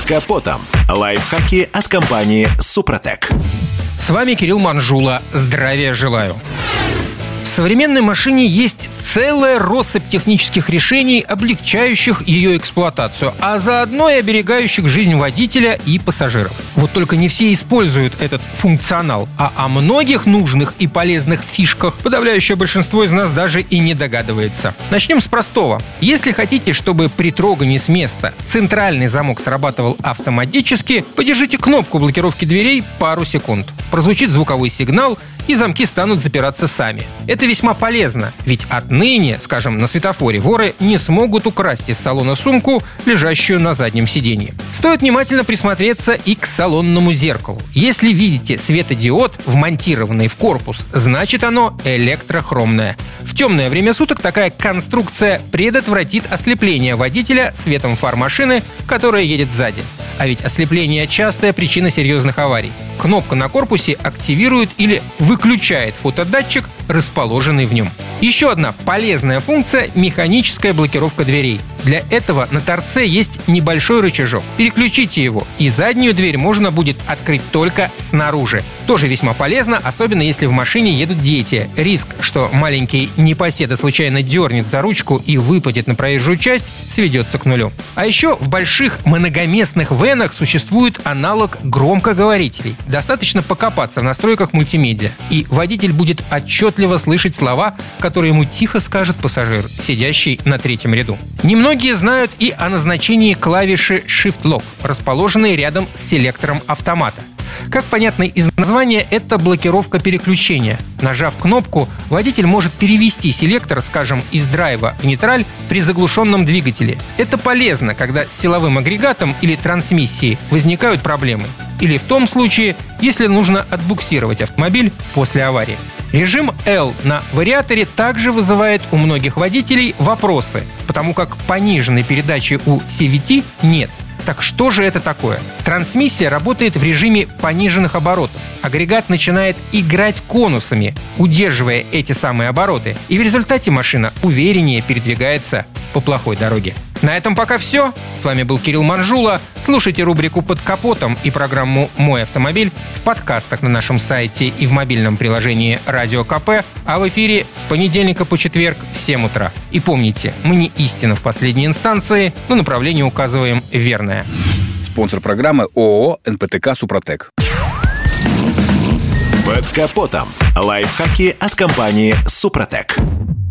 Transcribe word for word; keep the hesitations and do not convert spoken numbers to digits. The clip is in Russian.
капотом. Лайфхаки от компании «Супротек». С вами Кирилл Манжула. Здравия желаю. В современной машине есть целая россыпь технических решений, облегчающих ее эксплуатацию, а заодно и оберегающих жизнь водителя и пассажиров. Вот только не все используют этот функционал, а о многих нужных и полезных фишках подавляющее большинство из нас даже и не догадывается. Начнем с простого. Если хотите, чтобы при трогании с места центральный замок срабатывал автоматически, подержите кнопку блокировки дверей пару секунд. Прозвучит звуковой сигнал, и замки станут запираться сами. Это весьма полезно, ведь отныне, скажем, на светофоре воры не смогут украсть из салона сумку, лежащую на заднем сиденье. Стоит внимательно присмотреться и к салонному зеркалу. Если видите светодиод, вмонтированный в корпус, значит оно электрохромное. В темное время суток такая конструкция предотвратит ослепление водителя светом фар машины, которая едет сзади. А ведь ослепление – частая причина серьезных аварий. Кнопка на корпусе активирует или выключает фотодатчик, расположенный в нем. Еще одна полезная функция – механическая блокировка дверей. Для этого на торце есть небольшой рычажок. Переключите его, и заднюю дверь можно будет открыть только снаружи. Тоже весьма полезно, особенно если в машине едут дети. Риск, что маленький непоседа случайно дернет за ручку и выпадет на проезжую часть, сведется к нулю. А еще в больших многоместных венах существует аналог громкоговорителей. Достаточно покопаться в настройках мультимедиа, и водитель будет отчетливо слышать слова, которые ему тихо скажет пассажир, сидящий на третьем ряду. Немногие знают и о назначении клавиши Shift Lock, расположенной рядом с селектором автомата. Как понятно из названия, это блокировка переключения. Нажав кнопку, водитель может перевести селектор, скажем, из драйва в нейтраль при заглушенном двигателе. Это полезно, когда с силовым агрегатом или трансмиссией возникают проблемы. Или в том случае, если нужно отбуксировать автомобиль после аварии. Режим L на вариаторе также вызывает у многих водителей вопросы, потому как пониженной передачи у си ви ти нет. Так что же это такое? Трансмиссия работает в режиме пониженных оборотов. Агрегат начинает играть конусами, удерживая эти самые обороты, и в результате машина увереннее передвигается по плохой дороге. На этом пока все. С вами был Кирилл Манжула. Слушайте рубрику «Под капотом» и программу «Мой автомобиль» в подкастах на нашем сайте и в мобильном приложении «Радио КП», а в эфире с понедельника по четверг в семь утра. И помните, мы не истина в последней инстанции, но направление указываем верное. Спонсор программы ООО эн пэ тэ ка «Супротек». Под капотом. Лайфхаки от компании «Супротек».